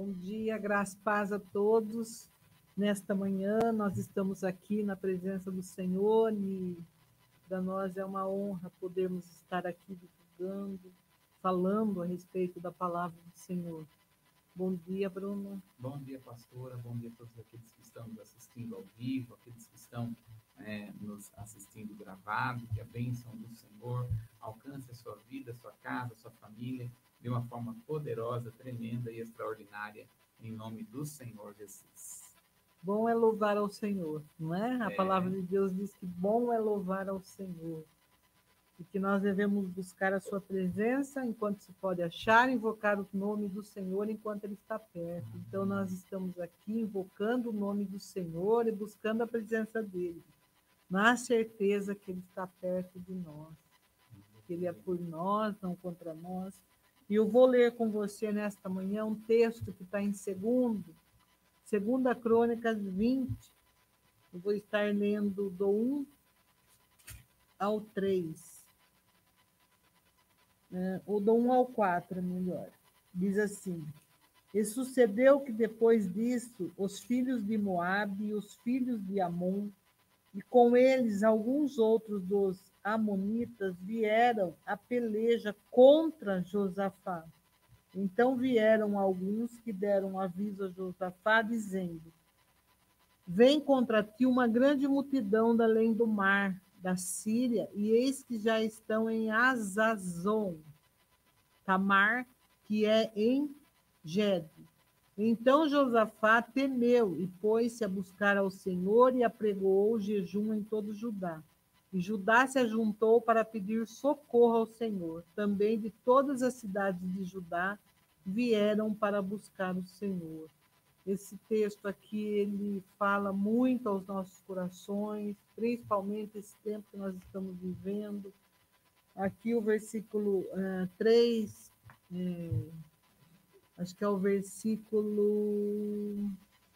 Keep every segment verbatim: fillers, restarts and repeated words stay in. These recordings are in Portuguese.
Bom dia, graça e paz a todos. Nesta manhã, nós estamos aqui na presença do Senhor e para nós é uma honra podermos estar aqui divulgando, falando a respeito da palavra do Senhor. Bom dia, Bruno. Bom dia, pastora. Bom dia a todos aqueles que estão nos assistindo ao vivo, aqueles que estão é, nos assistindo gravado. Que a bênção do Senhor alcance a sua vida, a sua casa, a sua família, de uma forma poderosa, tremenda e extraordinária, em nome do Senhor Jesus. Bom é louvar ao Senhor, não é? A É. palavra de Deus diz que bom é louvar ao Senhor. E que nós devemos buscar a sua presença enquanto se pode achar, invocar o nome do Senhor enquanto ele está perto. Então nós estamos aqui invocando o nome do Senhor e buscando a presença dele, na certeza que ele está perto de nós, que ele é por nós, não contra nós. E eu vou ler com você nesta manhã um texto que está em segundo, segunda Crônicas vinte. Eu vou estar lendo do um ao três. Né? Ou do um ao quatro, melhor. Diz assim: E sucedeu que depois disso, os filhos de Moabe e os filhos de Amon, e com eles alguns outros dos amonitas, vieram a peleja contra Josafá. Então vieram alguns que deram aviso a Josafá, dizendo: Vem contra ti uma grande multidão da além do mar, da Síria, e eis que já estão em Azazon, Tamar, que é em Gede. Então Josafá temeu e pôs-se a buscar ao Senhor e apregoou jejum em todo Judá. E Judá se ajuntou para pedir socorro ao Senhor. Também de todas as cidades de Judá vieram para buscar o Senhor. Esse texto aqui, ele fala muito aos nossos corações, principalmente esse tempo que nós estamos vivendo. Aqui o versículo uh, três, é, acho que é o versículo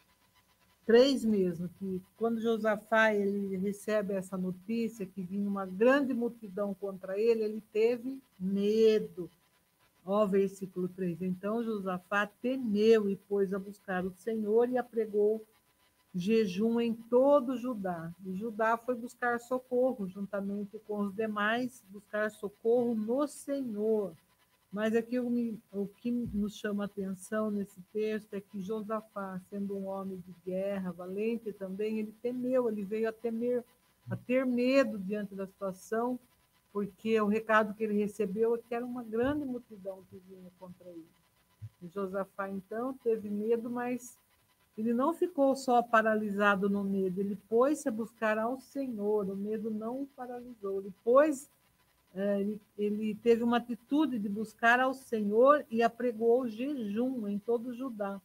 três mesmo, que quando Josafá ele recebe essa notícia que vinha uma grande multidão contra ele, ele teve medo. Ó, versículo três. Então Josafá temeu e pôs a buscar o Senhor e apregou jejum em todo Judá. E Judá foi buscar socorro, juntamente com os demais, buscar socorro no Senhor. Mas aqui o, o que nos chama a atenção nesse texto é que Josafá, sendo um homem de guerra, valente também, ele temeu, ele veio a temer, a ter medo diante da situação, porque o recado que ele recebeu é que era uma grande multidão que vinha contra ele. E Josafá, então, teve medo, mas ele não ficou só paralisado no medo, ele pôs-se a buscar ao Senhor, o medo não o paralisou, ele pôs, ele, ele teve uma atitude de buscar ao Senhor e apregoou jejum em todo Judá.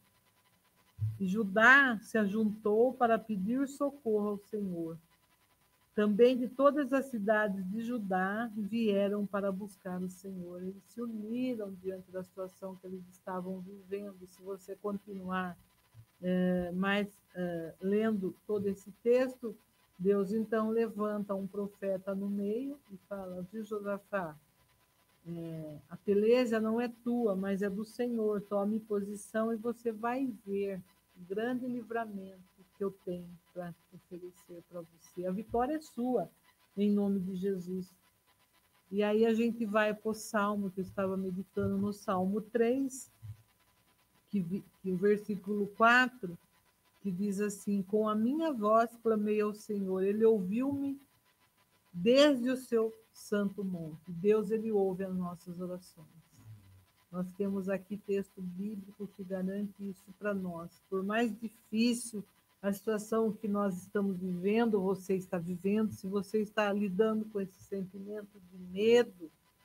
E Judá se ajuntou para pedir socorro ao Senhor. Também de todas as cidades de Judá vieram para buscar o Senhor. Eles se uniram diante da situação que eles estavam vivendo. Se você continuar é, mais é, lendo todo esse texto, Deus então levanta um profeta no meio e fala: de Josafá, é, a peleja não é tua, mas é do Senhor. Tome posição e você vai ver o grande livramento que eu tenho para oferecer para você. A vitória é sua, em nome de Jesus. E aí a gente vai para o Salmo, que eu estava meditando no Salmo três, que, que o versículo quatro, que diz assim: com a minha voz clamei ao Senhor, ele ouviu-me desde o seu santo monte. Deus, ele ouve as nossas orações. Nós temos aqui texto bíblico que garante isso para nós. Por mais difícil a situação que nós estamos vivendo, você está vivendo, se você está lidando com esse sentimento de medo,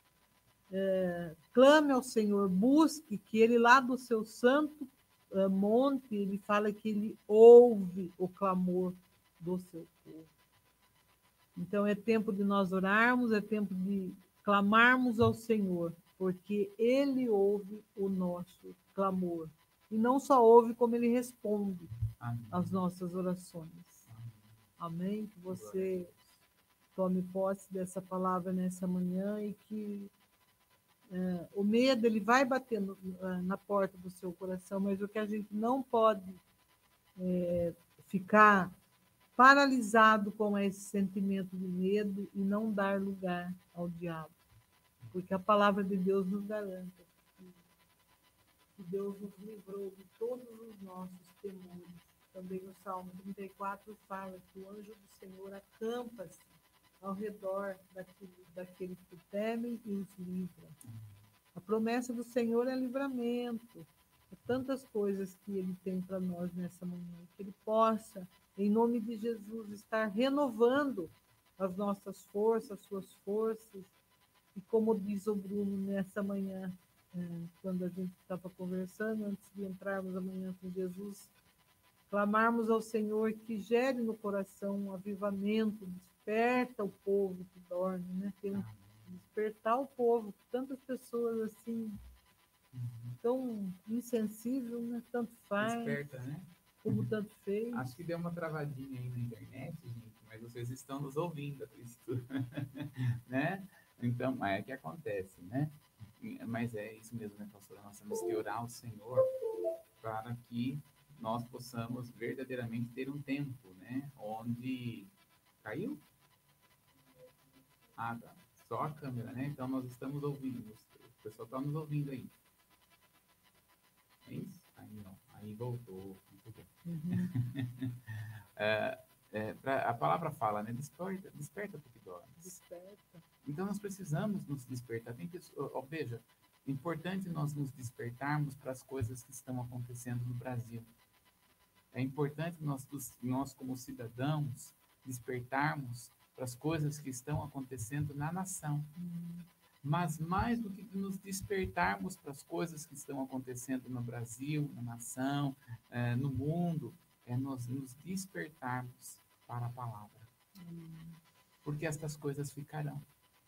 é, clame ao Senhor, busque que ele lá do seu santo é, monte, ele fala que ele ouve o clamor do seu povo. Então é tempo de nós orarmos, é tempo de clamarmos ao Senhor, porque ele ouve o nosso clamor. E não só ouve, como ele responde às nossas orações. Amém? Que você tome posse dessa palavra nessa manhã e que O medo, ele vai batendo ah, na porta do seu coração, mas o que a gente não pode é, ficar paralisado com esse sentimento de medo e não dar lugar ao diabo, porque a palavra de Deus nos garante que Deus nos livrou de todos os nossos temores. Também no Salmo trinta e quatro fala que o anjo do Senhor acampa-se ao redor daquele, daqueles que temem e os livra. A promessa do Senhor é livramento. É tantas coisas que Ele tem para nós nessa manhã. Que Ele possa, em nome de Jesus, estar renovando as nossas forças, as suas forças. E como diz o Bruno nessa manhã, quando a gente estava conversando, antes de entrarmos amanhã com Jesus, clamarmos ao Senhor que gere no coração um avivamento, desperta o povo que dorme, né? Tem um, despertar o povo, tantas pessoas assim, tão insensível, né? Tanto faz, Desperta, né? como tanto fez. Acho que deu uma travadinha aí na internet, gente, mas vocês estão nos ouvindo, Cristo, né? Então, é que acontece, né? Mas é isso mesmo, né, pastora? Nós temos que orar ao Senhor para que nós possamos verdadeiramente ter um tempo, né? Onde caiu? Ah, tá. Só a câmera, né? Então nós estamos ouvindo. O pessoal está nos ouvindo aí. É isso? Aí não. Aí voltou. Muito bom. Uhum. é, é, pra, a palavra fala, né? Desperta, desperta porque dorme. Desperta. Então nós precisamos nos despertar. Tem que, ó, veja, é importante nós nos despertarmos para as coisas que estão acontecendo no Brasil. É importante nós, nós como cidadãos, despertarmos para as coisas que estão acontecendo na nação. Uhum. Mas mais do que nos despertarmos para as coisas que estão acontecendo no Brasil, na nação, é, no mundo, é nós nos despertarmos para a palavra. Uhum. Porque estas coisas ficarão.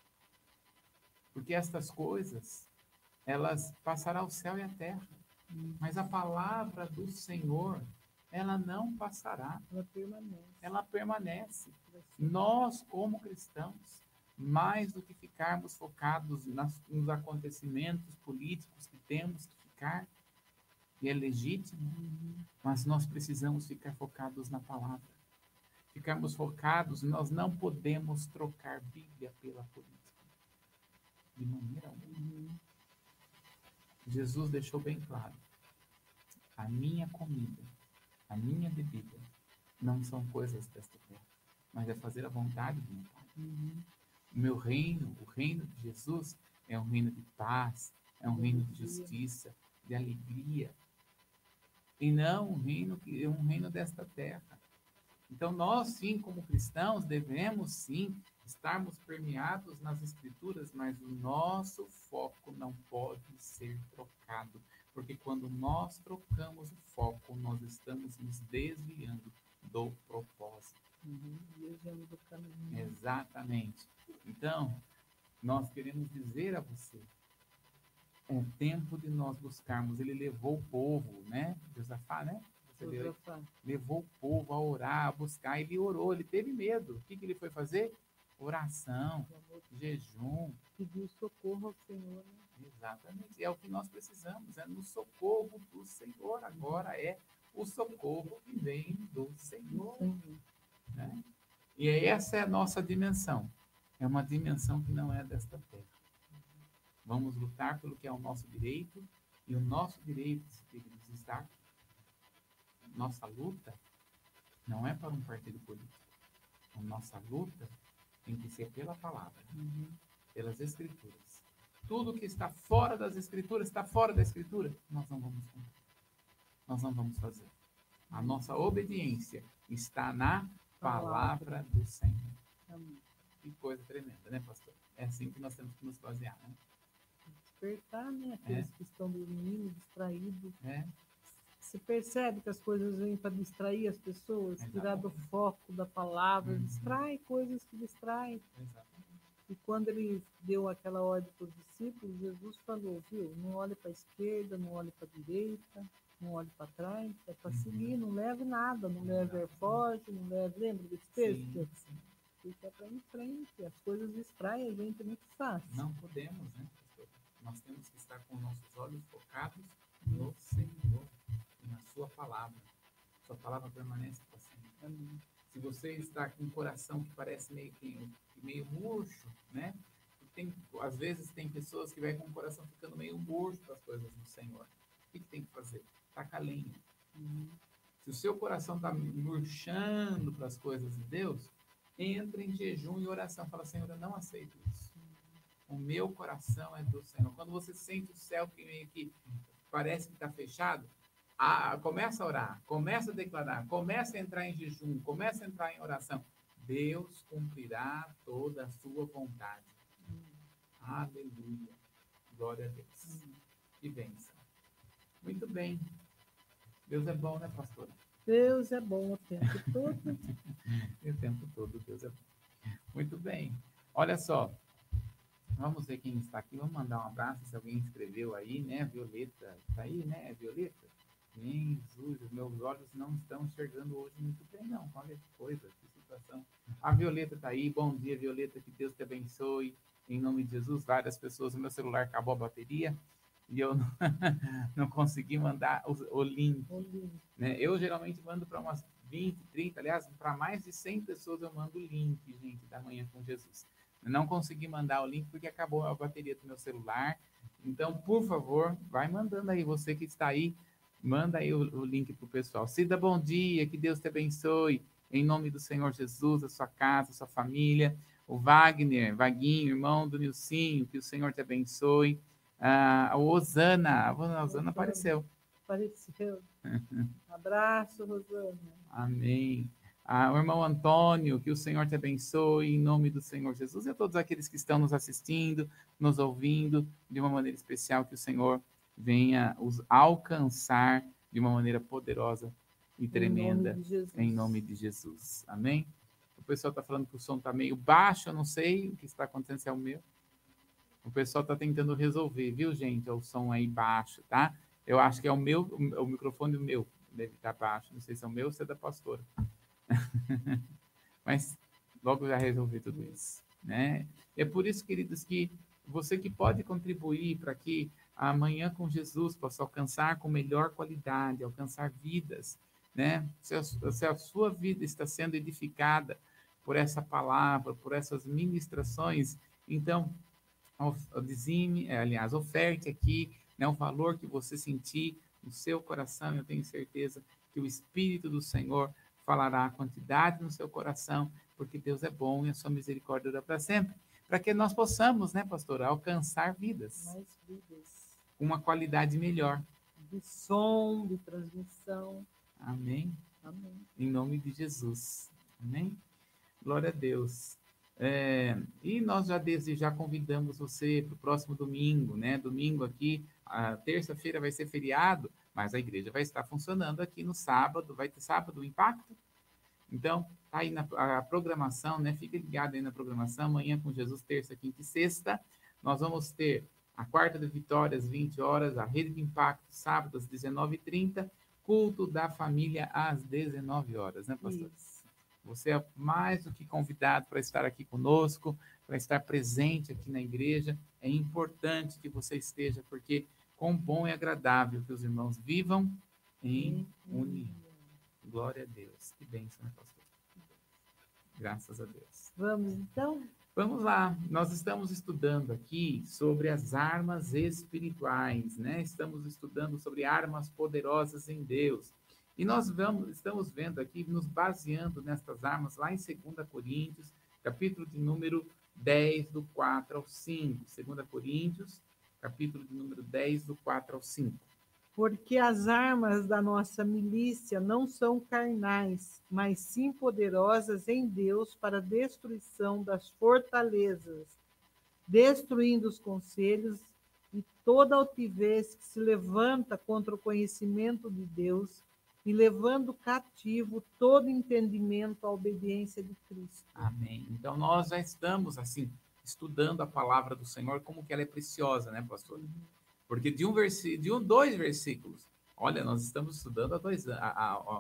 Porque estas coisas, elas passarão o céu e a terra. Uhum. Mas a palavra do Senhor, ela não passará. Ela permanece. Ela permanece. Nós, como cristãos, mais do que ficarmos focados nas, nos acontecimentos políticos que temos que ficar, e é legítimo, uhum. Mas nós precisamos ficar focados na palavra. Ficarmos focados, nós não podemos trocar Bíblia pela política. De maneira alguma. Uhum. Jesus deixou bem claro: a minha comida, a minha bebida, não são coisas desta terra, mas é fazer a vontade do meu Pai. Uhum. O meu reino, o reino de Jesus, é um reino de paz, é um reino de justiça, de alegria, e não um reino que é um reino desta terra. Então nós, sim, como cristãos, devemos sim estarmos permeados nas Escrituras, mas o nosso foco não pode ser trocado, porque quando nós trocamos o foco, nós estamos nos desviando do propósito. Uhum. Desviando do caminho. Exatamente. Então, nós queremos dizer a você, é tempo de nós buscarmos. Ele levou o povo, né? Josafá, né? Você Josafá. Levou o povo a orar, a buscar. Ele orou, ele teve medo. O que, que ele foi fazer? Oração, jejum. Pediu socorro ao Senhor. Né? Exatamente. É o que nós precisamos, é no socorro do Senhor. Agora é o socorro que vem do Senhor. Uhum. Né? E essa é a nossa dimensão. É uma dimensão que não é desta terra. Vamos lutar pelo que é o nosso direito, e o nosso direito, queridos, está. Nossa luta não é para um partido político. A nossa luta tem que ser pela palavra, uhum. Pelas Escrituras. Tudo que está fora das Escrituras, está fora da Escritura, nós não vamos cumprir. Nós não vamos fazer. A nossa obediência está na palavra do Senhor. Amém. Que coisa tremenda, né, pastor? É assim que nós temos que nos basear, né? Despertar, né? Aqueles é. que estão dormindo, distraídos. É. Você percebe que as coisas vêm para distrair as pessoas, Exatamente. Tirar do foco da palavra, uhum. Distrai coisas que distraem. Exatamente. E quando ele deu aquela ordem para os discípulos, Jesus falou, viu, não olhe para a esquerda, não olhe para a direita, não olhe para trás, é para uhum. seguir, não leve nada, não leve airforce, não leve, lembra desse texto? Sim, sim. Fica para em frente, as coisas distraem a gente muito fácil. Não podemos, né? Nós temos que estar com nossos olhos focados no Senhor e na sua palavra. Sua palavra permanece para sempre. Amém. Se você está com um coração que parece meio, que, meio murcho, né? Tem, às vezes tem pessoas que vai com o coração ficando meio murcho para as coisas do Senhor. O que, que tem que fazer? Taca lenha. Uhum. Se o seu coração está murchando para as coisas de Deus, entra em jejum e oração. Fala, Senhor, eu não aceito isso. O meu coração é do Senhor. Quando você sente o céu que meio que parece que está fechado, a, começa a orar, começa a declarar, começa a entrar em jejum, começa a entrar em oração. Deus cumprirá toda a sua vontade. Aleluia. Glória a Deus. Que bênção. Muito bem. Deus é bom, né, pastora? Deus é bom o tempo todo. O tempo todo, Deus é bom. Muito bem. Olha só. Vamos ver quem está aqui. Vamos mandar um abraço. Se alguém escreveu aí, né? Violeta. Está aí, né, Violeta? Jesus, meus olhos não estão enxergando hoje muito bem, não. Olha que coisa, que situação. A Violeta está aí. Bom dia, Violeta. Que Deus te abençoe. Em nome de Jesus, várias pessoas, o meu celular acabou a bateria e eu não, não consegui mandar o, o link. O link. Né? Eu geralmente mando para umas vinte, trinta, aliás, para mais de cem pessoas eu mando o link, gente, da Manhã com Jesus. Eu não consegui mandar o link porque acabou a bateria do meu celular. Então, por favor, vai mandando aí, você que está aí, manda aí o, o link para o pessoal. Cida, bom dia, que Deus te abençoe. Em nome do Senhor Jesus, a sua casa, a sua família. O Wagner, Vaguinho, irmão do Nilcinho, que o Senhor te abençoe. Ah, o Osana, a Osana apareceu. Apareceu. Abraço, Rosana. Amém. Ah, o irmão Antônio, que o Senhor te abençoe, em nome do Senhor Jesus. E a todos aqueles que estão nos assistindo, nos ouvindo, de uma maneira especial, que o Senhor venha os alcançar de uma maneira poderosa e tremenda, em nome de Jesus. Em nome de Jesus. Amém? O pessoal está falando que o som está meio baixo, eu não sei o que está acontecendo, se é o meu. O pessoal está tentando resolver, viu, gente? O som aí baixo, tá? Eu acho que é o meu, o microfone do meu deve estar baixo. Não sei se é o meu ou se é da pastora. Mas logo já resolvi tudo isso, né? É por isso, queridos, que você que pode contribuir para que amanhã com Jesus possa alcançar com melhor qualidade, alcançar vidas, né? Se a, se a sua vida está sendo edificada por essa palavra, por essas ministrações, então, o dizime, aliás, oferte aqui, né, o valor que você sentir no seu coração. Eu tenho certeza que o Espírito do Senhor falará a quantidade no seu coração, porque Deus é bom e a sua misericórdia dura para sempre, para que nós possamos, né, pastor, alcançar vidas. Mais vidas. Uma qualidade melhor. De som, de transmissão. Amém. Amém. Em nome de Jesus. Amém. Glória a Deus. É, e nós já desde já convidamos você para o próximo domingo, né? Domingo aqui, a terça-feira vai ser feriado, mas a igreja vai estar funcionando aqui no sábado. Vai ter sábado o impacto? Então, tá aí na a programação, né? Fique ligado aí na programação. Amanhã com Jesus, terça, quinta e sexta. Nós vamos ter a quarta de Vitória às vinte horas, a Rede de Impacto, sábado às dezenove e trinta, culto da família às dezenove horas, né, pastor? Isso. Você é mais do que convidado para estar aqui conosco, para estar presente aqui na igreja. É importante que você esteja, porque quão bom e agradável que os irmãos vivam em união. Glória a Deus. Que bênção, né, pastor? Graças a Deus. Vamos, então? Vamos lá. Nós estamos estudando aqui sobre as armas espirituais, né? Estamos estudando sobre armas poderosas em Deus. E nós vamos, estamos vendo aqui, nos baseando nestas armas, lá em dois Coríntios, capítulo de número dez, do quatro ao cinco. dois Coríntios, capítulo de número dez, do quatro ao cinco. Porque as armas da nossa milícia não são carnais, mas sim poderosas em Deus para a destruição das fortalezas, destruindo os conselhos e toda altivez que se levanta contra o conhecimento de Deus, e levando cativo todo entendimento à obediência de Cristo. Amém. Então, nós já estamos, assim, estudando a palavra do Senhor, como que ela é preciosa, né, pastor? Porque de um versículo, de um, dois versículos, olha, nós estamos estudando há dois anos,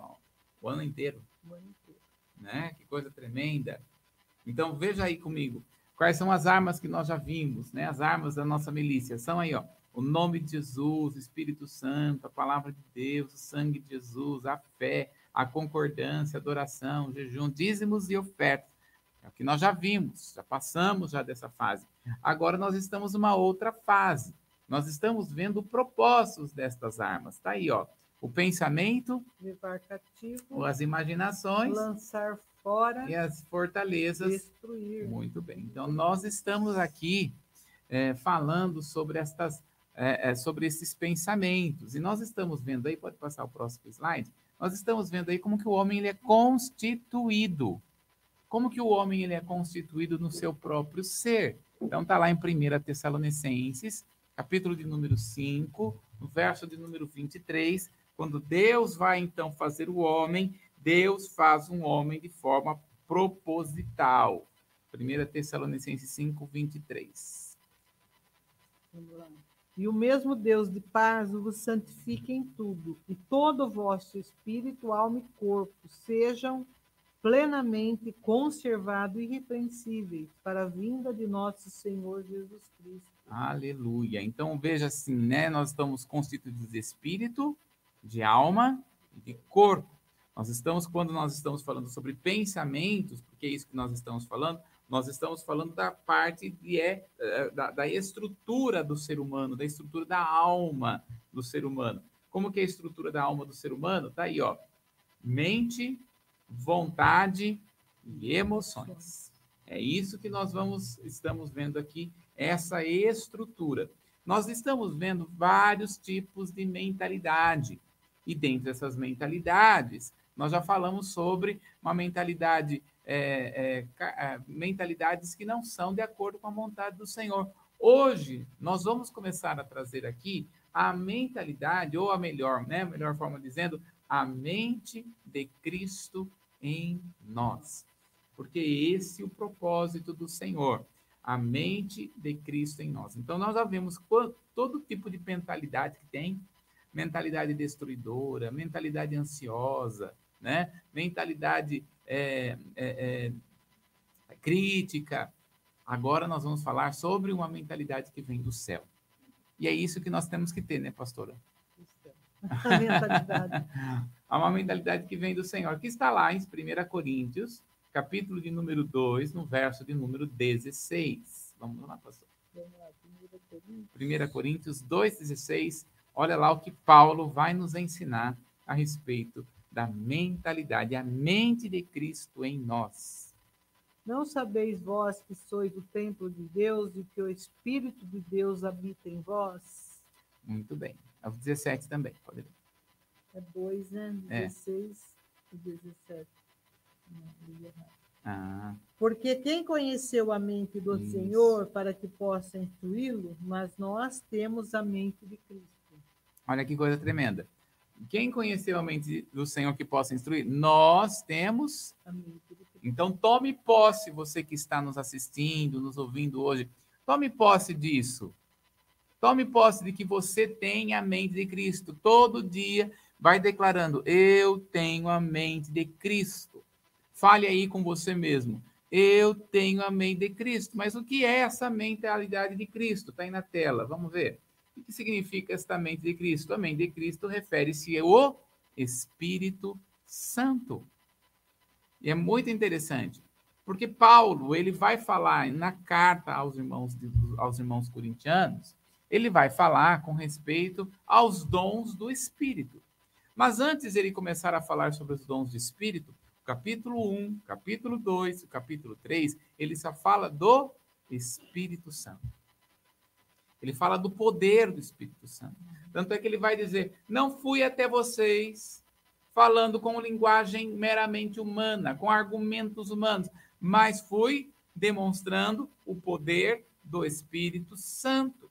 o ano inteiro. O ano inteiro. Né? Que coisa tremenda. Então, veja aí comigo. Quais são as armas que nós já vimos, né? As armas da nossa milícia são aí, ó, o nome de Jesus, o Espírito Santo, a palavra de Deus, o sangue de Jesus, a fé, a concordância, a adoração, o jejum, dízimos e ofertas. É o que nós já vimos, já passamos já dessa fase. Agora nós estamos numa outra fase. Nós estamos vendo propósitos destas armas. Está aí, ó. O pensamento, levar cativo, as imaginações, lançar fora e as fortalezas. Destruir. Muito bem. Então, nós estamos aqui é, falando sobre, estas, é, é, sobre esses pensamentos. E nós estamos vendo aí, pode passar o próximo slide, nós estamos vendo aí como que o homem ele é constituído. Como que o homem ele é constituído no seu próprio ser. Então, está lá em primeira Tessalonicenses, capítulo de número cinco, no verso de número vinte e três, quando Deus vai, então, fazer o homem, Deus faz um homem de forma proposital. primeira Tessalonicenses cinco, vinte e três. Vamos lá. E o mesmo Deus de paz vos santifique em tudo, e todo o vosso espírito, alma e corpo sejam plenamente conservados e irrepreensíveis para a vinda de nosso Senhor Jesus Cristo. Aleluia. Então, veja assim, né? Nós estamos constituídos de espírito, de alma e de corpo. Nós estamos, quando nós estamos falando sobre pensamentos, porque é isso que nós estamos falando, nós estamos falando da parte de, é, da, da estrutura do ser humano, da estrutura da alma do ser humano. Como que é a estrutura da alma do ser humano? Tá aí, ó. Mente, vontade e emoções. É isso que nós vamos, estamos vendo aqui, essa estrutura. Nós estamos vendo vários tipos de mentalidade. E dentre essas mentalidades, nós já falamos sobre uma mentalidade, é, é, é, mentalidades que não são de acordo com a vontade do Senhor. Hoje, nós vamos começar a trazer aqui a mentalidade, ou a melhor, né, a melhor forma dizendo, a mente de Cristo em nós. Porque esse é o propósito do Senhor, a mente de Cristo em nós. Então, nós já vemos todo tipo de mentalidade que tem, mentalidade destruidora, mentalidade ansiosa, né? Mentalidade é, é, é, crítica. Agora nós vamos falar sobre uma mentalidade que vem do céu. E é isso que nós temos que ter, né, pastora? A mentalidade. Há uma mentalidade que vem do Senhor, que está lá em primeira Coríntios, capítulo de número dois, no verso de número dezesseis. Vamos lá, pastor. primeira Coríntios dois, dezesseis. Olha lá o que Paulo vai nos ensinar a respeito da mentalidade, a mente de Cristo em nós. Não sabeis vós que sois o templo de Deus e que o Espírito de Deus habita em vós? Muito bem. É o dezessete também, pode ler. É dois, né? dezesseis é. E dezessete. Não, ah. Porque quem conheceu a mente do Isso. Senhor para que possa instruí-lo, mas nós temos a mente de Cristo. Olha que coisa tremenda. Quem conheceu a mente do Senhor que possa instruir? Nós temos a mente de Cristo. Então tome posse, você que está nos assistindo, nos ouvindo hoje, tome posse disso. Tome posse de que você tem a mente de Cristo. Todo dia vai declarando, eu tenho a mente de Cristo. Fale aí com você mesmo. Eu tenho a mente de Cristo. Mas o que é essa mentalidade de Cristo? Está aí na tela. Vamos ver. O que significa esta mente de Cristo? A mente de Cristo refere-se ao Espírito Santo. E é muito interessante. Porque Paulo, ele vai falar na carta aos irmãos, aos irmãos corintianos, ele vai falar com respeito aos dons do Espírito. Mas antes de ele começar a falar sobre os dons do Espírito, capítulo um, capítulo dois, capítulo três, ele só fala do Espírito Santo. Ele fala do poder do Espírito Santo. Tanto é que ele vai dizer, não fui até vocês falando com linguagem meramente humana, com argumentos humanos, mas fui demonstrando o poder do Espírito Santo.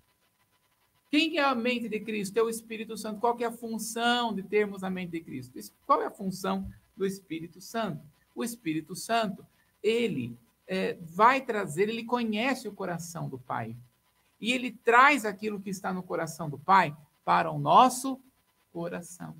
Quem é a mente de Cristo? É o Espírito Santo. Qual que é a função de termos a mente de Cristo? Qual é a função do Espírito Santo? O Espírito Santo, ele é, vai trazer, ele conhece o coração do Pai. E ele traz aquilo que está no coração do Pai para o nosso coração.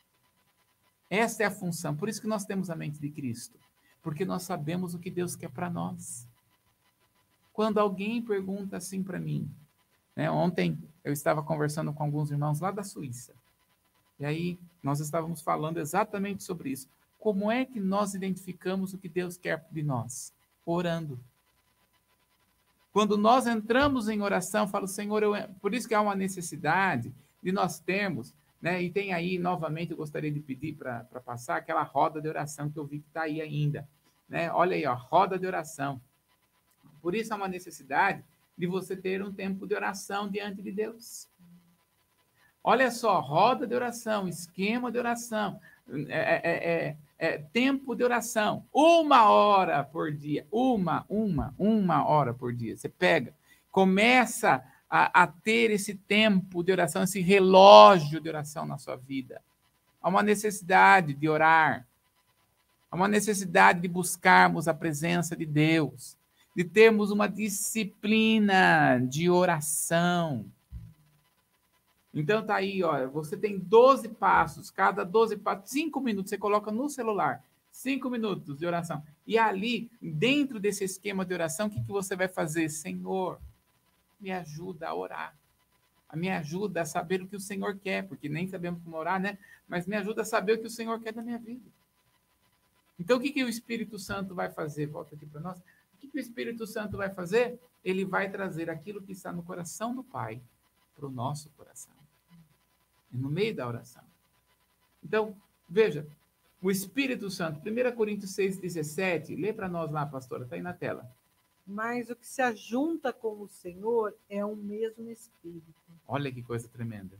Esta é a função. Por isso que nós temos a mente de Cristo. Porque nós sabemos o que Deus quer para nós. Quando alguém pergunta assim para mim, né? Ontem eu estava conversando com alguns irmãos lá da Suíça, e aí nós estávamos falando exatamente sobre isso. Como é que nós identificamos o que Deus quer de nós? Orando. Quando nós entramos em oração, falo, Senhor, eu... por isso que há uma necessidade de nós termos, né? E tem aí, novamente, eu gostaria de pedir para passar aquela roda de oração que eu vi que está aí ainda. Né? Olha aí, ó, roda de oração. Por isso há uma necessidade de você ter um tempo de oração diante de Deus. Olha só, roda de oração, esquema de oração, é, é, é, é, tempo de oração, uma hora por dia, uma, uma, uma hora por dia. Você pega, começa a, a ter esse tempo de oração, esse relógio de oração na sua vida. Há uma necessidade de orar, há uma necessidade de buscarmos a presença de Deus, de termos uma disciplina de oração. Então tá aí, ó, você tem doze passos, cada doze passos, cinco minutos, você coloca no celular, cinco minutos de oração. E ali, dentro desse esquema de oração, o que, que você vai fazer? Senhor, me ajuda a orar. Me ajuda a saber o que o Senhor quer, porque nem sabemos como orar, né? Mas me ajuda a saber o que o Senhor quer da minha vida. Então, o que, que o Espírito Santo vai fazer? Volta aqui para nós. O que, que o Espírito Santo vai fazer? Ele vai trazer aquilo que está no coração do Pai para o nosso coração. No meio da oração. Então, veja, o Espírito Santo, primeira Coríntios seis, dezessete, lê para nós lá, pastora, está aí na tela. Mas o que se ajunta com o Senhor é o mesmo Espírito. Olha que coisa tremenda.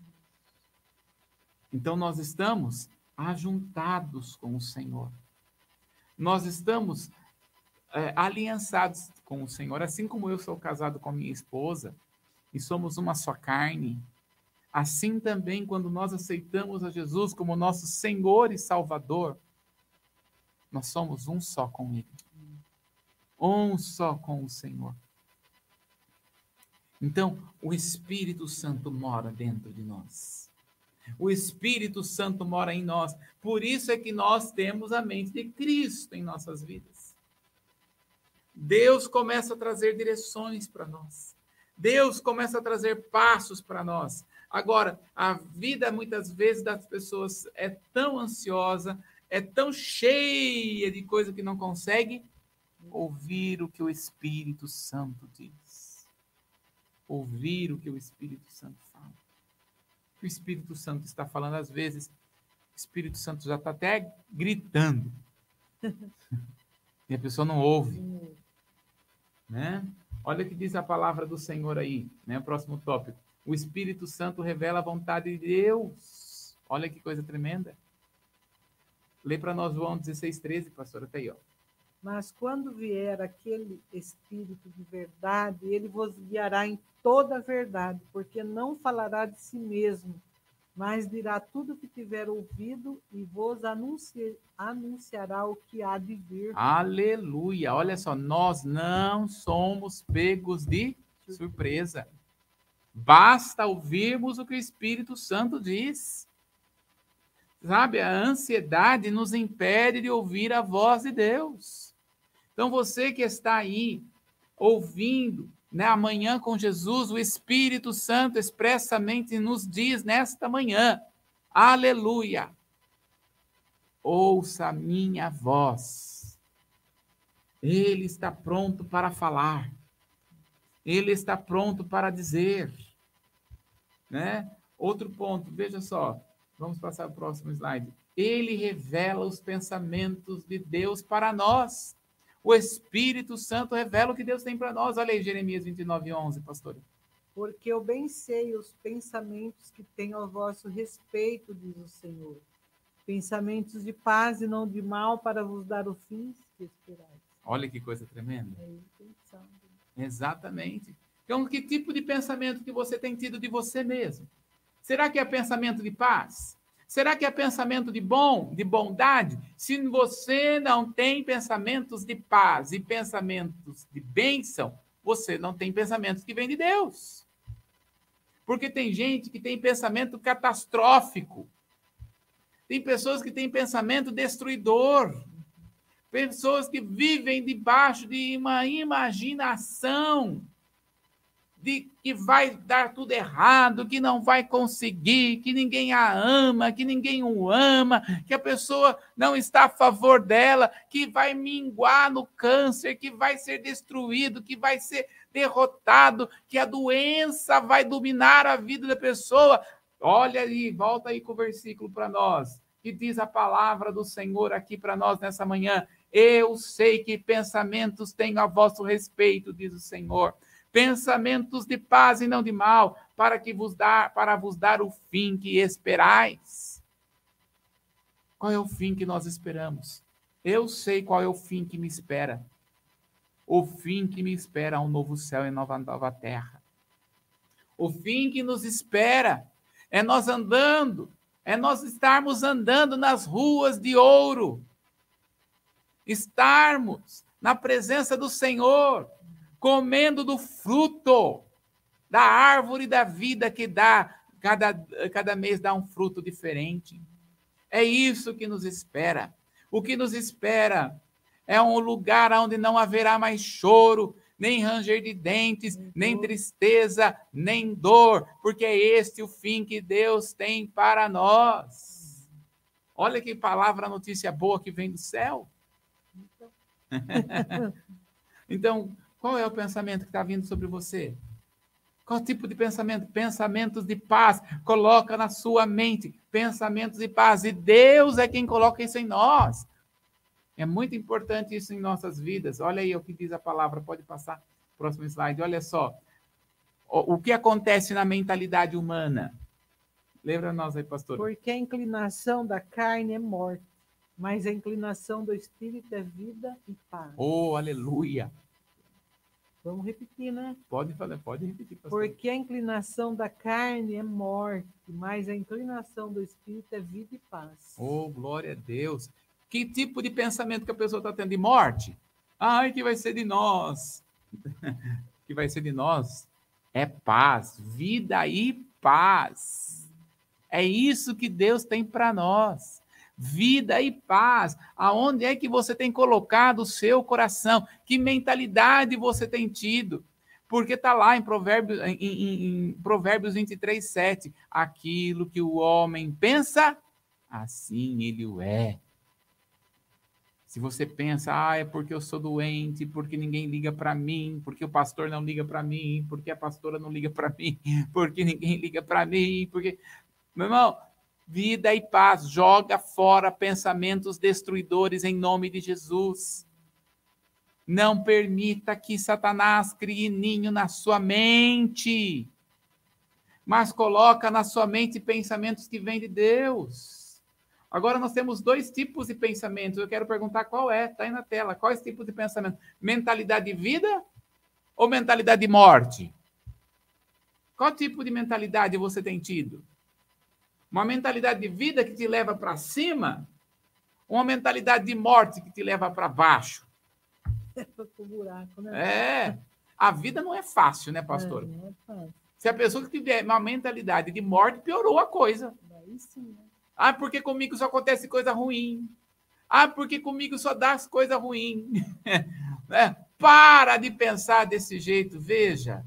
Então, nós estamos ajuntados com o Senhor. Nós estamos é, aliançados com o Senhor, assim como eu sou casado com a minha esposa, e somos uma só carne. Assim também, quando nós aceitamos a Jesus como nosso Senhor e Salvador, nós somos um só com Ele. Um só com o Senhor. Então, o Espírito Santo mora dentro de nós. O Espírito Santo mora em nós. Por isso é que nós temos a mente de Cristo em nossas vidas. Deus começa a trazer direções para nós. Deus começa a trazer passos para nós. Agora, a vida, muitas vezes, das pessoas é tão ansiosa, é tão cheia de coisa que não consegue ouvir o que o Espírito Santo diz. Ouvir o que o Espírito Santo fala. O que o Espírito Santo está falando, às vezes, o Espírito Santo já está até gritando. E a pessoa não ouve. Né? Olha o que diz a palavra do Senhor aí, né? O próximo tópico. O Espírito Santo revela a vontade de Deus. Olha que coisa tremenda. Lê para nós João dezesseis, treze, pastora, está aí, ó. Mas quando vier aquele Espírito de verdade, ele vos guiará em toda a verdade, porque não falará de si mesmo, mas dirá tudo o que tiver ouvido e vos anunci... anunciará o que há de vir. Aleluia! Olha só, nós não somos pegos de surpresa. Basta ouvirmos o que o Espírito Santo diz. Sabe, a ansiedade nos impede de ouvir a voz de Deus. Então, você que está aí, ouvindo, né, amanhã com Jesus, o Espírito Santo expressamente nos diz nesta manhã, aleluia, ouça a minha voz. Ele está pronto para falar. Ele está pronto para dizer, né? Outro ponto, veja só, vamos passar para o próximo slide. Ele revela os pensamentos de Deus para nós. O Espírito Santo revela o que Deus tem para nós. Olha aí, Jeremias vinte e nove, onze, pastora. Porque eu bem sei os pensamentos que tenho ao vosso respeito, diz o Senhor. Pensamentos de paz e não de mal, para vos dar o fim que esperais. Olha que coisa tremenda. É ele pensando. Exatamente. Então, que tipo de pensamento que você tem tido de você mesmo? Será que é pensamento de paz? Será que é pensamento de bom, de bondade? Se você não tem pensamentos de paz e pensamentos de bênção, você não tem pensamentos que vêm de Deus. Porque tem gente que tem pensamento catastrófico. Tem pessoas que têm pensamento destruidor. Pessoas que vivem debaixo de uma imaginação de que vai dar tudo errado, que não vai conseguir, que ninguém a ama, que ninguém o ama, que a pessoa não está a favor dela, que vai minguar no câncer, que vai ser destruído, que vai ser derrotado, que a doença vai dominar a vida da pessoa. Olha aí, volta aí com o versículo para nós, que diz a palavra do Senhor aqui para nós nessa manhã. Eu sei que pensamentos tenho a vosso respeito, diz o Senhor. Pensamentos de paz e não de mal, para que vos dar, para vos dar o fim que esperais. Qual é o fim que nós esperamos? Eu sei qual é o fim que me espera. O fim que me espera é um novo céu e nova, nova terra. O fim que nos espera é nós andando, é nós estarmos andando nas ruas de ouro. Estarmos na presença do Senhor, comendo do fruto da árvore da vida que dá, cada, cada mês dá um fruto diferente. É isso que nos espera. O que nos espera é um lugar onde não haverá mais choro, nem ranger de dentes, nem tristeza, nem dor, porque é este o fim que Deus tem para nós. Olha que palavra, notícia boa que vem do céu. Então, qual é o pensamento que está vindo sobre você? Qual tipo de pensamento? Pensamentos de paz. Coloca na sua mente pensamentos de paz. E Deus é quem coloca isso em nós. É muito importante isso em nossas vidas. Olha aí o que diz a palavra. Pode passar. Próximo slide. Olha só. O, o que acontece na mentalidade humana? Lembra nós aí, pastor? Porque a inclinação da carne é morte, mas a inclinação do espírito é vida e paz. Oh, aleluia! Vamos repetir, né? Pode falar, pode repetir, pastor. Porque a inclinação da carne é morte, mas a inclinação do espírito é vida e paz. Oh, glória a Deus! Que tipo de pensamento que a pessoa está tendo? De morte? Ai, que vai ser de nós. Que vai ser de nós é paz, vida e paz. É isso que Deus tem para nós. Vida e paz. Aonde é que você tem colocado o seu coração? Que mentalidade você tem tido? Porque está lá em Provérbios, em, em, em Provérbios vinte e três, sete. Aquilo que o homem pensa, assim ele o é. Se você pensa, ah, é porque eu sou doente, porque ninguém liga para mim, porque o pastor não liga para mim, porque a pastora não liga para mim, porque ninguém liga para mim, porque... Meu irmão, vida e paz, joga fora pensamentos destruidores em nome de Jesus. Não permita que Satanás crie ninho na sua mente, mas coloca na sua mente pensamentos que vêm de Deus. Agora nós temos dois tipos de pensamentos. Eu quero perguntar qual é, está aí na tela. Qual é esse tipo de pensamento? Mentalidade de vida ou mentalidade de morte? Qual tipo de mentalidade você tem tido? Uma mentalidade de vida que te leva para cima, ou uma mentalidade de morte que te leva para baixo? É para o buraco, né? É. A vida não é fácil, né, pastor? É, não é fácil. Se a pessoa que tiver uma mentalidade de morte, piorou a coisa. Daí sim, né? Ah, porque comigo só acontece coisa ruim. Ah, porque comigo só dá as coisas ruins. É, para de pensar desse jeito. Veja,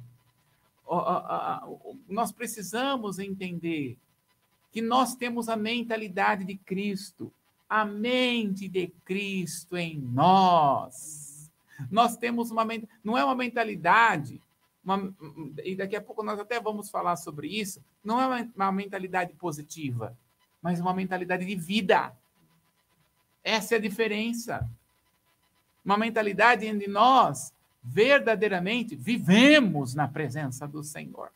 nós precisamos entender que nós temos a mentalidade de Cristo, a mente de Cristo em nós. Nós temos uma mentalidade, não é uma mentalidade, uma, e daqui a pouco nós até vamos falar sobre isso, não é uma, uma mentalidade positiva, mas uma mentalidade de vida. Essa é a diferença. Uma mentalidade onde nós verdadeiramente vivemos na presença do Senhor.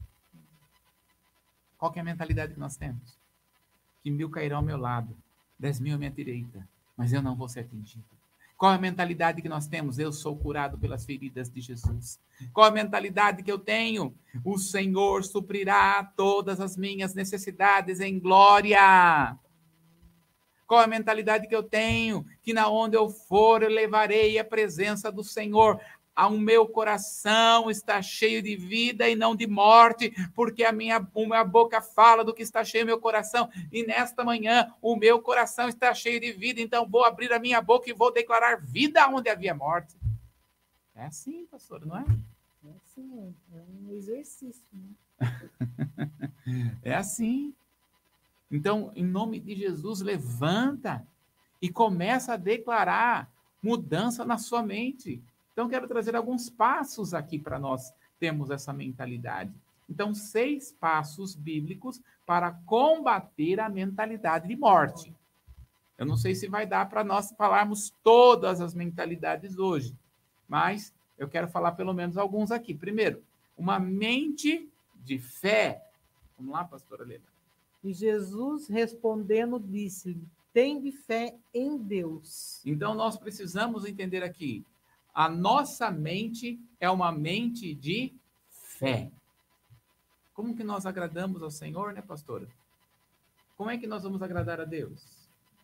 Qual que é a mentalidade que nós temos? Que mil cairão ao meu lado, dez mil à minha direita, mas eu não vou ser atingido. Qual é a mentalidade que nós temos? Eu sou curado pelas feridas de Jesus. Qual a mentalidade que eu tenho? O Senhor suprirá todas as minhas necessidades em glória. Qual a mentalidade que eu tenho? Que na onde eu for, eu levarei a presença do Senhor. o meu coração está cheio de vida e não de morte, porque a minha, a minha boca fala do que está cheio o meu coração, e nesta manhã o meu coração está cheio de vida, então vou abrir a minha boca e vou declarar vida onde havia morte. É assim, pastor, não é? É assim, é um exercício, né? É assim. Então, em nome de Jesus, levanta e começa a declarar mudança na sua mente. Então, quero trazer alguns passos aqui para nós termos essa mentalidade. Então, seis passos bíblicos para combater a mentalidade de morte. Eu não sei se vai dar para nós falarmos todas as mentalidades hoje, mas eu quero falar pelo menos alguns aqui. Primeiro, uma mente de fé. Vamos lá, pastora Helena. E Jesus respondendo disse-lhe: tende fé em Deus. Então, nós precisamos entender aqui, a nossa mente é uma mente de fé. Como que nós agradamos ao Senhor, né, pastora? Como é que nós vamos agradar a Deus?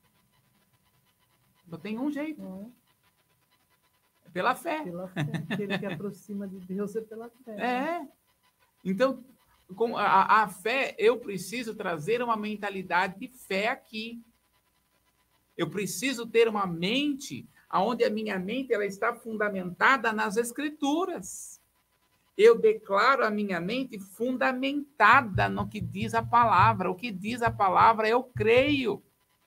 Só tem um jeito. Não é? Pela fé. Pela fé. Aquele que aproxima de Deus é pela fé. É. Né? Então, com a, a fé, eu preciso trazer uma mentalidade de fé aqui. Eu preciso ter uma mente onde a minha mente ela está fundamentada nas Escrituras. Eu declaro a minha mente fundamentada no que diz a palavra. O que diz a palavra, eu creio.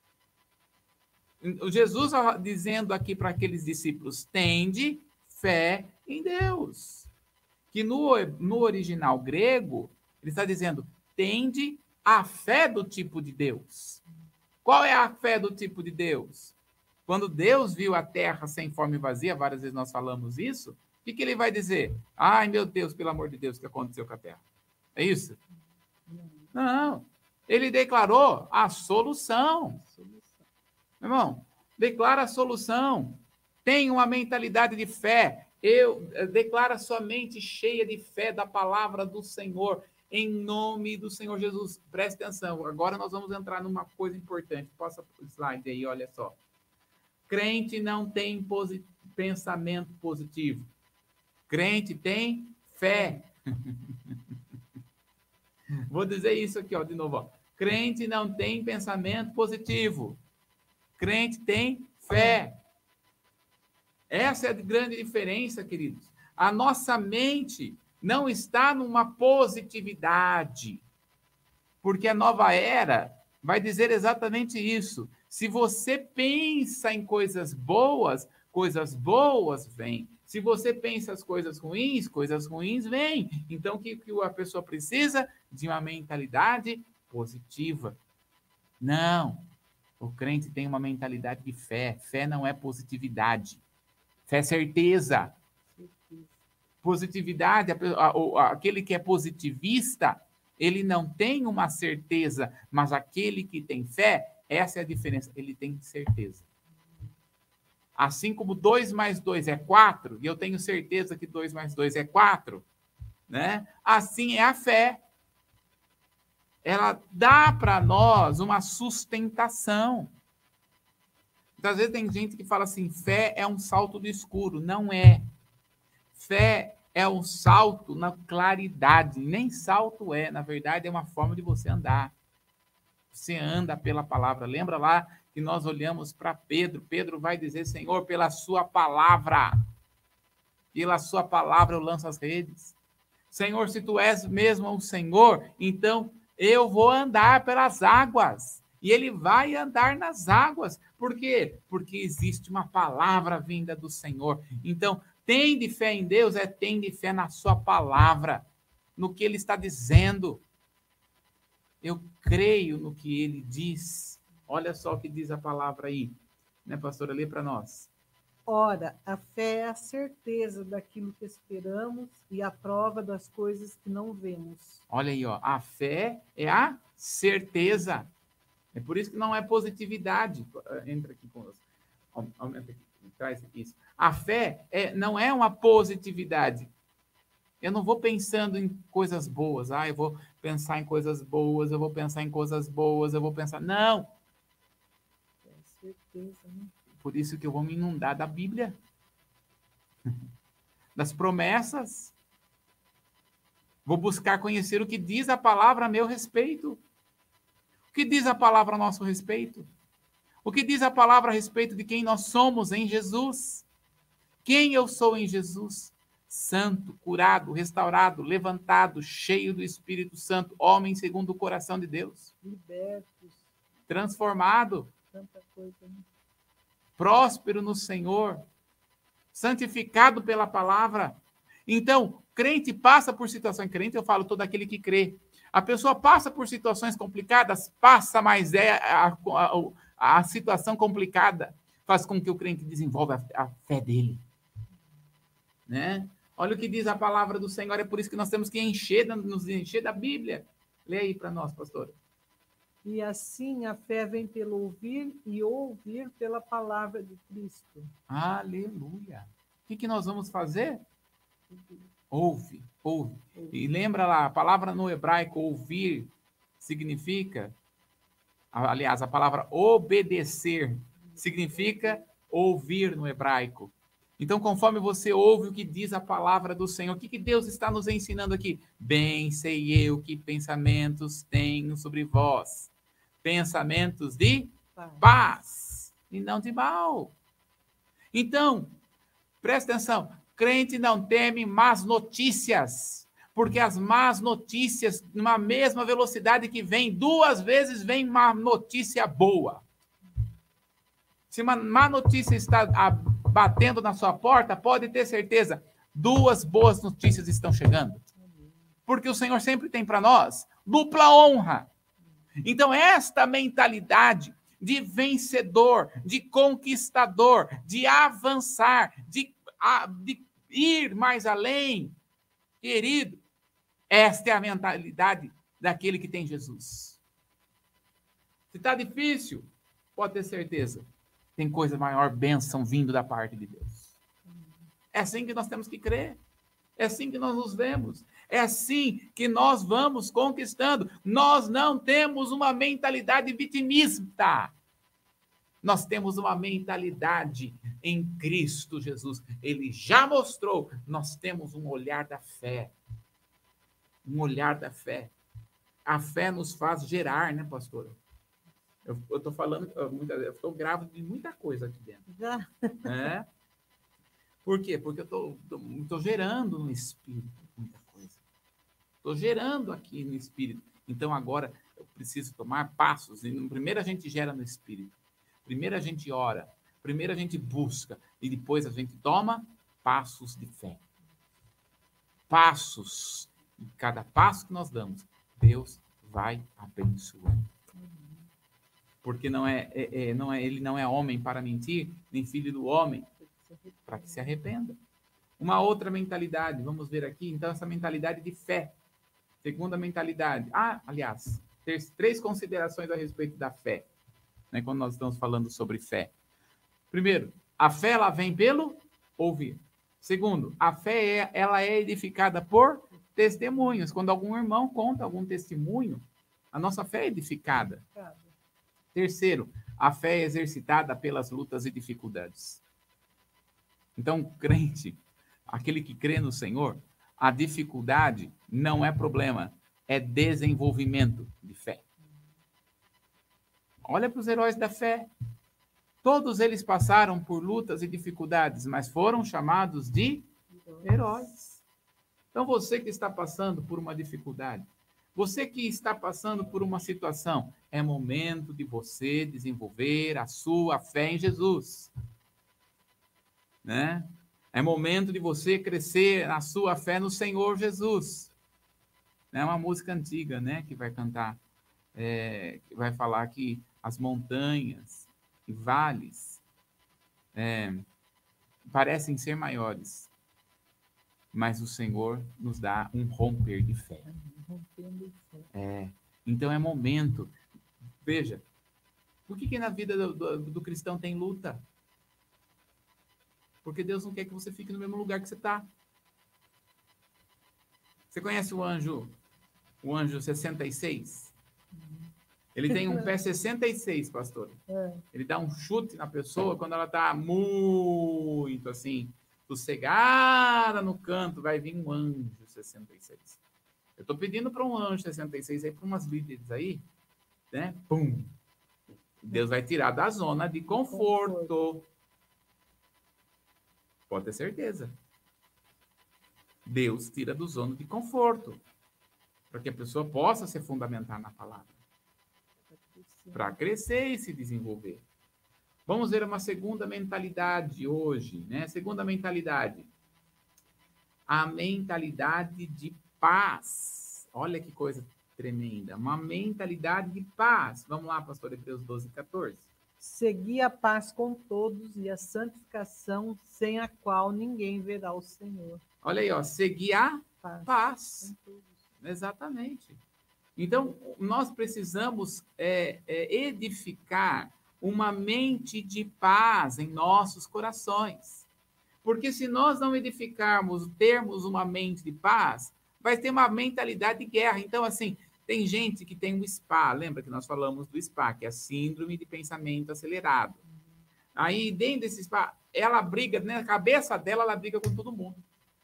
Jesus dizendo aqui para aqueles discípulos, tende fé em Deus. Que no, no original grego, ele está dizendo, tende a fé do tipo de Deus. Qual é a fé do tipo de Deus? Quando Deus viu a terra sem forma e vazia, várias vezes nós falamos isso, o que, que ele vai dizer? Ai, meu Deus, pelo amor de Deus, o que aconteceu com a terra? É isso? Não. Ele declarou a solução. Meu irmão, declara a solução. Tenha uma mentalidade de fé. Eu declaro a sua mente cheia de fé da palavra do Senhor. Em nome do Senhor Jesus. Preste atenção. Agora nós vamos entrar numa coisa importante. Passa o slide aí, olha só. Crente não tem posi- pensamento positivo. Crente tem fé. Vou dizer isso aqui, ó, de novo. Ó. Crente não tem pensamento positivo. Crente tem fé. Essa é a grande diferença, queridos. A nossa mente não está numa positividade. Porque a nova era vai dizer exatamente isso. Se você pensa em coisas boas, coisas boas vêm. Se você pensa as coisas ruins, coisas ruins vêm. Então, o que, que a pessoa precisa? De uma mentalidade positiva. Não. O crente tem uma mentalidade de fé. Fé não é positividade. Fé é certeza. Positividade, aquele que é positivista, ele não tem uma certeza, mas aquele que tem fé, essa é a diferença, ele tem certeza. Assim como dois mais dois é quatro, e eu tenho certeza que dois mais dois é quatro, né? Assim é a fé. Ela dá para nós uma sustentação. Então, às vezes tem gente que fala assim, fé é um salto do escuro. Não é. Fé é um salto na claridade. Nem salto é, na verdade, é uma forma de você andar. Você anda pela palavra. Lembra lá que nós olhamos para Pedro. Pedro vai dizer, Senhor, pela sua palavra. Pela sua palavra eu lanço as redes. Senhor, se tu és mesmo o Senhor, então eu vou andar pelas águas. E ele vai andar nas águas. Por quê? Porque existe uma palavra vinda do Senhor. Então, tende fé em Deus é tende fé na sua palavra, no que ele está dizendo. Eu creio no que ele diz. Olha só o que diz a palavra aí. Né, pastora? Lê para nós. Ora, a fé é a certeza daquilo que esperamos e a prova das coisas que não vemos. Olha aí, ó. A fé é a certeza. É por isso que não é positividade. Entra aqui conosco. Aumenta aqui. Traz isso. A fé é, não é uma positividade. Eu não vou pensando em coisas boas. Ah, eu vou pensar em coisas boas, eu vou pensar em coisas boas, eu vou pensar... Não! É certeza, né? Por isso que eu vou me inundar da Bíblia. das promessas. Vou buscar conhecer o que diz a palavra a meu respeito. O que diz a palavra a nosso respeito? O que diz a palavra a respeito de quem nós somos em Jesus? Quem eu sou em Jesus? Santo, curado, restaurado, levantado, cheio do Espírito Santo, homem segundo o coração de Deus. Libertos. Transformado. Tanta coisa, né? Próspero no Senhor. Santificado pela palavra. Então, crente passa por situações, crente eu falo todo aquele que crê. A pessoa passa por situações complicadas, passa, mas é a, a, a situação complicada faz com que o crente desenvolva a, a fé dele. Né? Olha o que diz a palavra do Senhor, é por isso que nós temos que encher, nos encher da Bíblia. Lê aí para nós, pastora. E assim a fé vem pelo ouvir e ouvir pela palavra de Cristo. Aleluia. O que, que nós vamos fazer? Ouve, ouve. E lembra lá, a palavra no hebraico ouvir significa, aliás, a palavra obedecer significa ouvir no hebraico. Então, conforme você ouve o que diz a palavra do Senhor, o que, que Deus está nos ensinando aqui? Bem sei eu que pensamentos tenho sobre vós. Pensamentos de paz, paz e não de mal. Então, presta atenção. Crente não teme más notícias, porque as más notícias, numa mesma velocidade que vem, duas vezes vem uma notícia boa. Se uma má notícia está batendo na sua porta, pode ter certeza, duas boas notícias estão chegando. Porque o Senhor sempre tem para nós dupla honra. Então, esta mentalidade de vencedor, de conquistador, de avançar, de, de ir mais além, querido, esta é a mentalidade daquele que tem Jesus. Se está difícil, pode ter certeza, tem coisa maior, bênção vindo da parte de Deus. É assim que nós temos que crer. É assim que nós nos vemos. É assim que nós vamos conquistando. Nós não temos uma mentalidade vitimista. Nós temos uma mentalidade em Cristo Jesus. Ele já mostrou. Nós temos um olhar da fé. Um olhar da fé. A fé nos faz gerar, né, pastora? Eu estou falando, eu estou grávido de muita coisa aqui dentro. Já. É. Por quê? Porque eu estou gerando no Espírito muita coisa. Estou gerando aqui no Espírito. Então, agora, eu preciso tomar passos. E primeiro a gente gera no Espírito. Primeiro a gente ora. Primeiro a gente busca. E depois a gente toma passos de fé. Passos. E cada passo que nós damos, Deus vai abençoando. Porque não é, é, é, não é, ele não é homem para mentir, nem filho do homem para que se arrependa. Uma outra mentalidade, vamos ver aqui, então, essa mentalidade de fé. Segunda mentalidade. Ah, aliás, ter três considerações a respeito da fé, né, quando nós estamos falando sobre fé. Primeiro, a fé ela vem pelo ouvir. Segundo, a fé é, ela é edificada por testemunhos. Quando algum irmão conta algum testemunho, a nossa fé é edificada. Terceiro, a fé é exercitada pelas lutas e dificuldades. Então, crente, aquele que crê no Senhor, a dificuldade não é problema, é desenvolvimento de fé. Olha para os heróis da fé. Todos eles passaram por lutas e dificuldades, mas foram chamados de heróis. Então, você que está passando por uma dificuldade, você que está passando por uma situação, é momento de você desenvolver a sua fé em Jesus. Né? É momento de você crescer na sua fé no Senhor Jesus. É uma música antiga, né, que vai cantar, é, que vai falar que as montanhas e vales é, parecem ser maiores, mas o Senhor nos dá um romper de fé. É, então é momento. Veja, por que, que na vida do, do, do cristão tem luta? Porque Deus não quer que você fique no mesmo lugar que você está. Você conhece o anjo, o anjo sessenta e seis? Ele tem um pé sessenta e seis, pastor. Ele dá um chute na pessoa quando ela está muito assim, sossegada no canto, vai vir um anjo sessenta e seis. Eu estou pedindo para um anjo sessenta e seis aí, para umas líderes aí, né? Pum! Deus vai tirar da zona de conforto. Pode ter certeza. Deus tira do zona de conforto, para que a pessoa possa se fundamentar na palavra, para crescer e se desenvolver. Vamos ver uma segunda mentalidade hoje, né? Segunda mentalidade. A mentalidade de paz. Olha que coisa tremenda. Uma mentalidade de paz. Vamos lá, pastor Hebreus doze, quatorze. Segui a paz com todos e a santificação, sem a qual ninguém verá o Senhor. Olha aí, ó. Seguir a Paz. paz. Exatamente. Então, nós precisamos é, é, edificar uma mente de paz em nossos corações. Porque se nós não edificarmos, termos uma mente de paz, vai ter uma mentalidade de guerra. Então, assim, tem gente que tem um S P A, lembra que nós falamos do S P A, que é a Síndrome de Pensamento Acelerado. Aí, dentro desse S P A, ela briga, na cabeça dela, ela briga com todo mundo.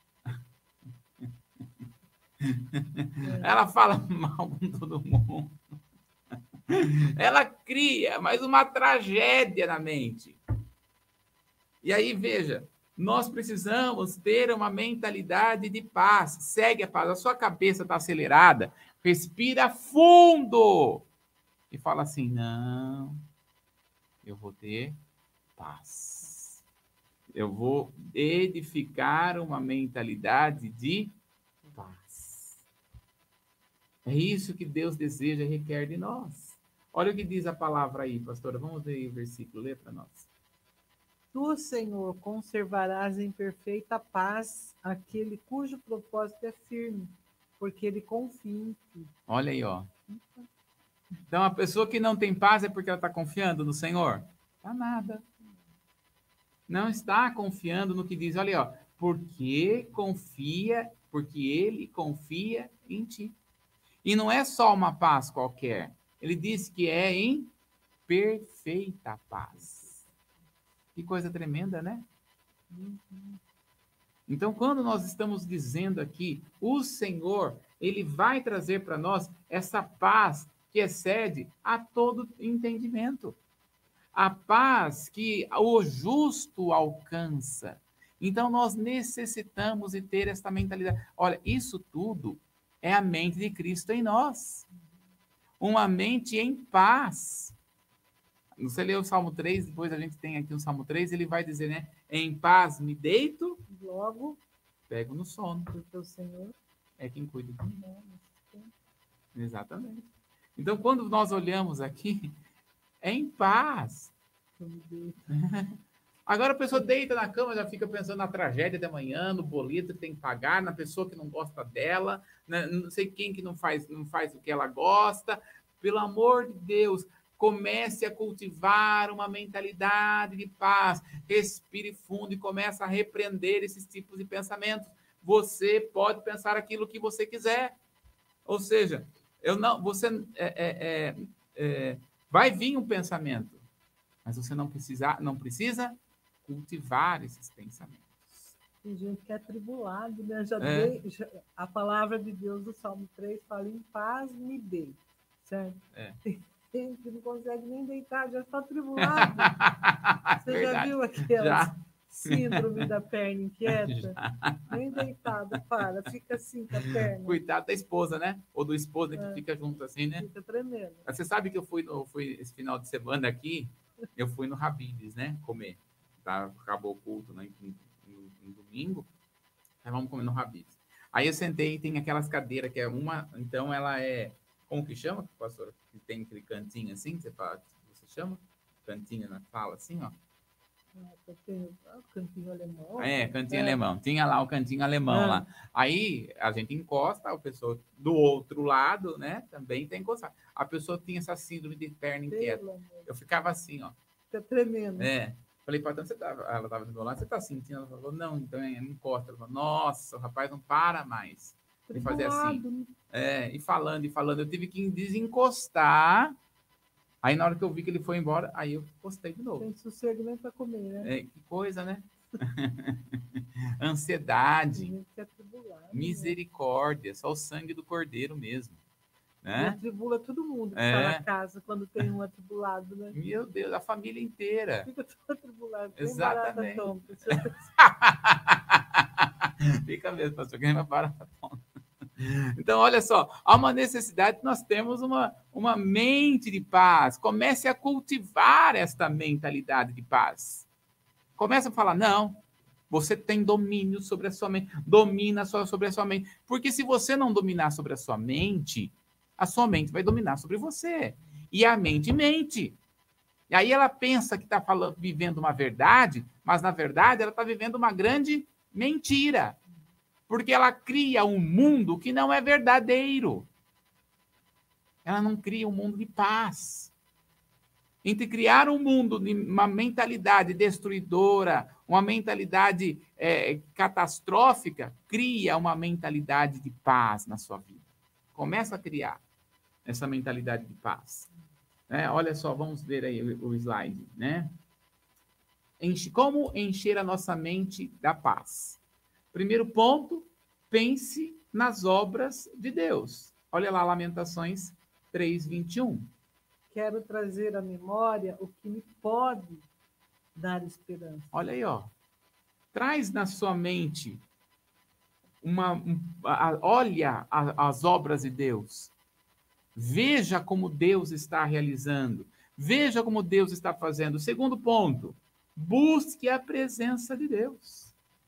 Ela fala mal com todo mundo. Ela cria mais uma tragédia na mente. E aí, veja, nós precisamos ter uma mentalidade de paz. Segue a paz. A sua cabeça está acelerada. Respira fundo. E fala assim, não, eu vou ter paz. Eu vou edificar uma mentalidade de paz. É isso que Deus deseja e requer de nós. Olha o que diz a palavra aí, pastora. Vamos ler o versículo, lê para nós. Tu, Senhor, conservarás em perfeita paz aquele cujo propósito é firme, porque ele confia em ti. Olha aí, ó. Então, a pessoa que não tem paz é porque ela está confiando no Senhor? Tá nada. Não está confiando no que diz. Olha aí, ó. Porque confia, porque ele confia em ti. E não é só uma paz qualquer. Ele diz que é em perfeita paz. Que coisa tremenda, né? Então, quando nós estamos dizendo aqui, o Senhor, ele vai trazer para nós essa paz que excede a todo entendimento. A paz que o justo alcança. Então, nós necessitamos de ter essa mentalidade. Olha, isso tudo é a mente de Cristo em nós. Uma mente em paz. Você lê o Salmo três, depois a gente tem aqui o Salmo três, ele vai dizer, né? Em paz me deito, logo pego no sono. Porque o Senhor é quem cuida de mim. Exatamente. Então, quando nós olhamos aqui, é em paz. Agora a pessoa deita na cama, já fica pensando na tragédia da manhã, no boleto que tem que pagar, na pessoa que não gosta dela, né? Não sei quem que não faz, não faz o que ela gosta. Pelo amor de Deus, comece a cultivar uma mentalidade de paz. Respire fundo e comece a repreender esses tipos de pensamentos. Você pode pensar aquilo que você quiser. Ou seja, eu não, você é, é, é, vai vir um pensamento, mas você não precisa, não precisa cultivar esses pensamentos. Tem gente que é tribulado, né? Já É. dei, já, a palavra de Deus do Salmo três fala, em paz me dei, certo? É. Tem gente que não consegue nem deitar, já está tribulado. Você Verdade. Já viu aquela já. Síndrome da perna inquieta? Já. Nem deitado, para, fica assim com a perna. Cuidado da esposa, né? Ou do esposo, que é. Fica junto assim, né? Fica tremendo. Você sabe que eu fui, no, fui esse final de semana aqui, eu fui no Habib's, né? Comer. Tá? Acabou o culto, né? No, no, no domingo. Aí vamos comer no Habib's. Aí eu sentei e tem aquelas cadeiras que é uma... Então ela é... Como que chama, pastor? Que tem aquele cantinho assim, você, fala, você chama? Cantinho na sala, assim, ó. Ah, tem o cantinho alemão. É, cantinho é. alemão. Tinha lá o cantinho alemão é. lá. Aí a gente encosta, a pessoa do outro lado, né? Também tem encostar. A pessoa tinha essa síndrome de perna inquieta. Eu ficava assim, ó. Fica tremendo. É. Falei, patrão, você tava... Ela estava do meu lado, você tá sentindo? Ela falou, não, então é, encosta. Ela falou, nossa, o rapaz não para mais. Ele fazia assim. É, e falando, e falando. Eu tive que desencostar. Aí, na hora que eu vi que ele foi embora, aí eu encostei de novo. Tem sossego nem para comer, né? É, que coisa, né? ansiedade, Tem gente que é atribulado, né? misericórdia, só o sangue do Cordeiro mesmo, E né? atribula todo mundo que É. está na casa quando tem um atribulado, né? Meu Deus, a família inteira. Fica todo atribulado, tem Exatamente. barata tonta. Você- Fica mesmo, pastor, que nem uma barata tonta. Então, olha só, há uma necessidade que nós temos uma, uma mente de paz. Comece a cultivar esta mentalidade de paz. Comece a falar, não, você tem domínio sobre a sua mente, domina sobre a sua mente. Porque se você não dominar sobre a sua mente, a sua mente vai dominar sobre você. E a mente mente. E aí ela pensa que está vivendo uma verdade, mas na verdade ela está vivendo uma grande mentira. Porque ela cria um mundo que não é verdadeiro. Ela não cria um mundo de paz. Entre criar um mundo de uma mentalidade destruidora, uma mentalidade é, catastrófica, cria uma mentalidade de paz na sua vida. Começa a criar essa mentalidade de paz. É, olha só, vamos ver aí o, o slide, né? Enche, como encher a nossa mente da paz? Primeiro ponto, pense nas obras de Deus. Olha lá, Lamentações três, vinte e um. Quero trazer à memória o que me pode dar esperança. Olha aí, ó. Traz na sua mente uma, um, a, olha a, as obras de Deus. Veja como Deus está realizando. Veja como Deus está fazendo. Segundo ponto, busque a presença de Deus.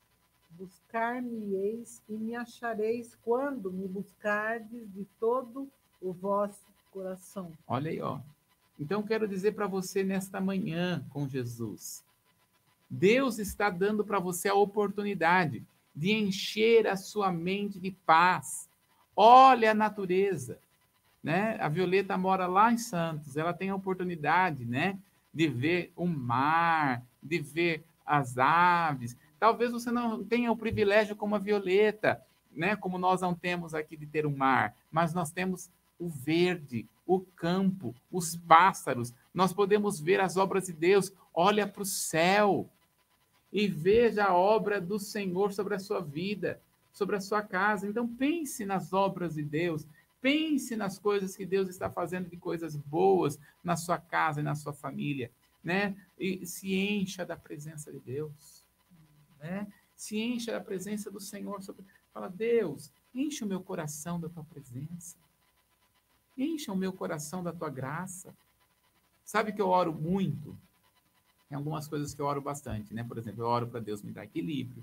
Buscar-me-eis e me achareis quando me buscardes de todo o vosso coração. Olha aí, ó. Então quero dizer para você nesta manhã com Jesus, Deus está dando para você a oportunidade de encher a sua mente de paz. Olha a natureza, né? A Violeta mora lá em Santos, ela tem a oportunidade, né, de ver o mar, de ver as aves. Talvez você não tenha o privilégio como a Violeta, né, como nós não temos aqui de ter um mar, mas nós temos o verde, o campo, os pássaros. Nós podemos ver as obras de Deus. Olha para o céu e veja a obra do Senhor sobre a sua vida, sobre a sua casa. Então pense nas obras de Deus. Pense nas coisas que Deus está fazendo de coisas boas na sua casa e na sua família, né? E se encha da presença de Deus, né? Se encha da presença do Senhor. Fala, Deus, enche o meu coração da tua presença. Encha o meu coração da tua graça. Sabe que eu oro muito? Tem algumas coisas que eu oro bastante, né? Por exemplo, eu oro para Deus me dar equilíbrio.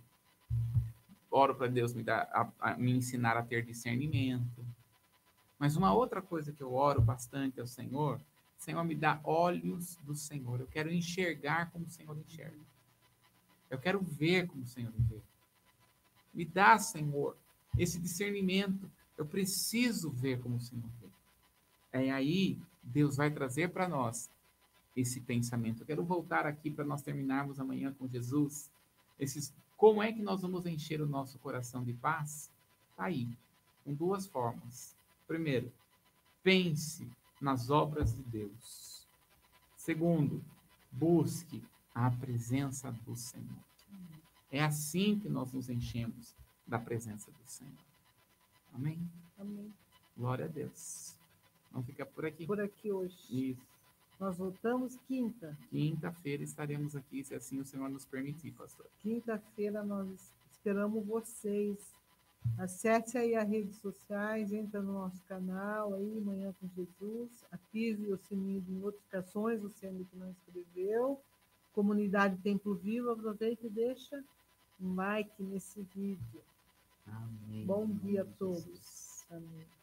Oro para Deus me, dar, a, a, me ensinar a ter discernimento. Mas uma outra coisa que eu oro bastante ao Senhor, Senhor, me dá olhos do Senhor. Eu quero enxergar como o Senhor enxerga. Eu quero ver como o Senhor vê. Me dá, Senhor, esse discernimento. Eu preciso ver como o Senhor vê. É aí Deus vai trazer para nós esse pensamento. Eu quero voltar aqui para nós terminarmos amanhã com Jesus. Esses, como é que nós vamos encher o nosso coração de paz? Está aí, com duas formas. Primeiro, pense nas obras de Deus. Segundo, busque a presença do Senhor. É assim que nós nos enchemos da presença do Senhor. Amém? Amém. Glória a Deus. Vamos ficar por aqui. Por aqui hoje. Isso. Nós voltamos quinta. Quinta-feira estaremos aqui, se assim o Senhor nos permitir, pastor. Quinta-feira nós esperamos vocês. Acesse aí as redes sociais, entra no nosso canal aí, Manhã com Jesus, ative o sininho de notificações, você ainda que não inscreveu. Comunidade Templo Vivo, aproveita e deixa um like nesse vídeo. Amém. Bom dia a todos. Amém.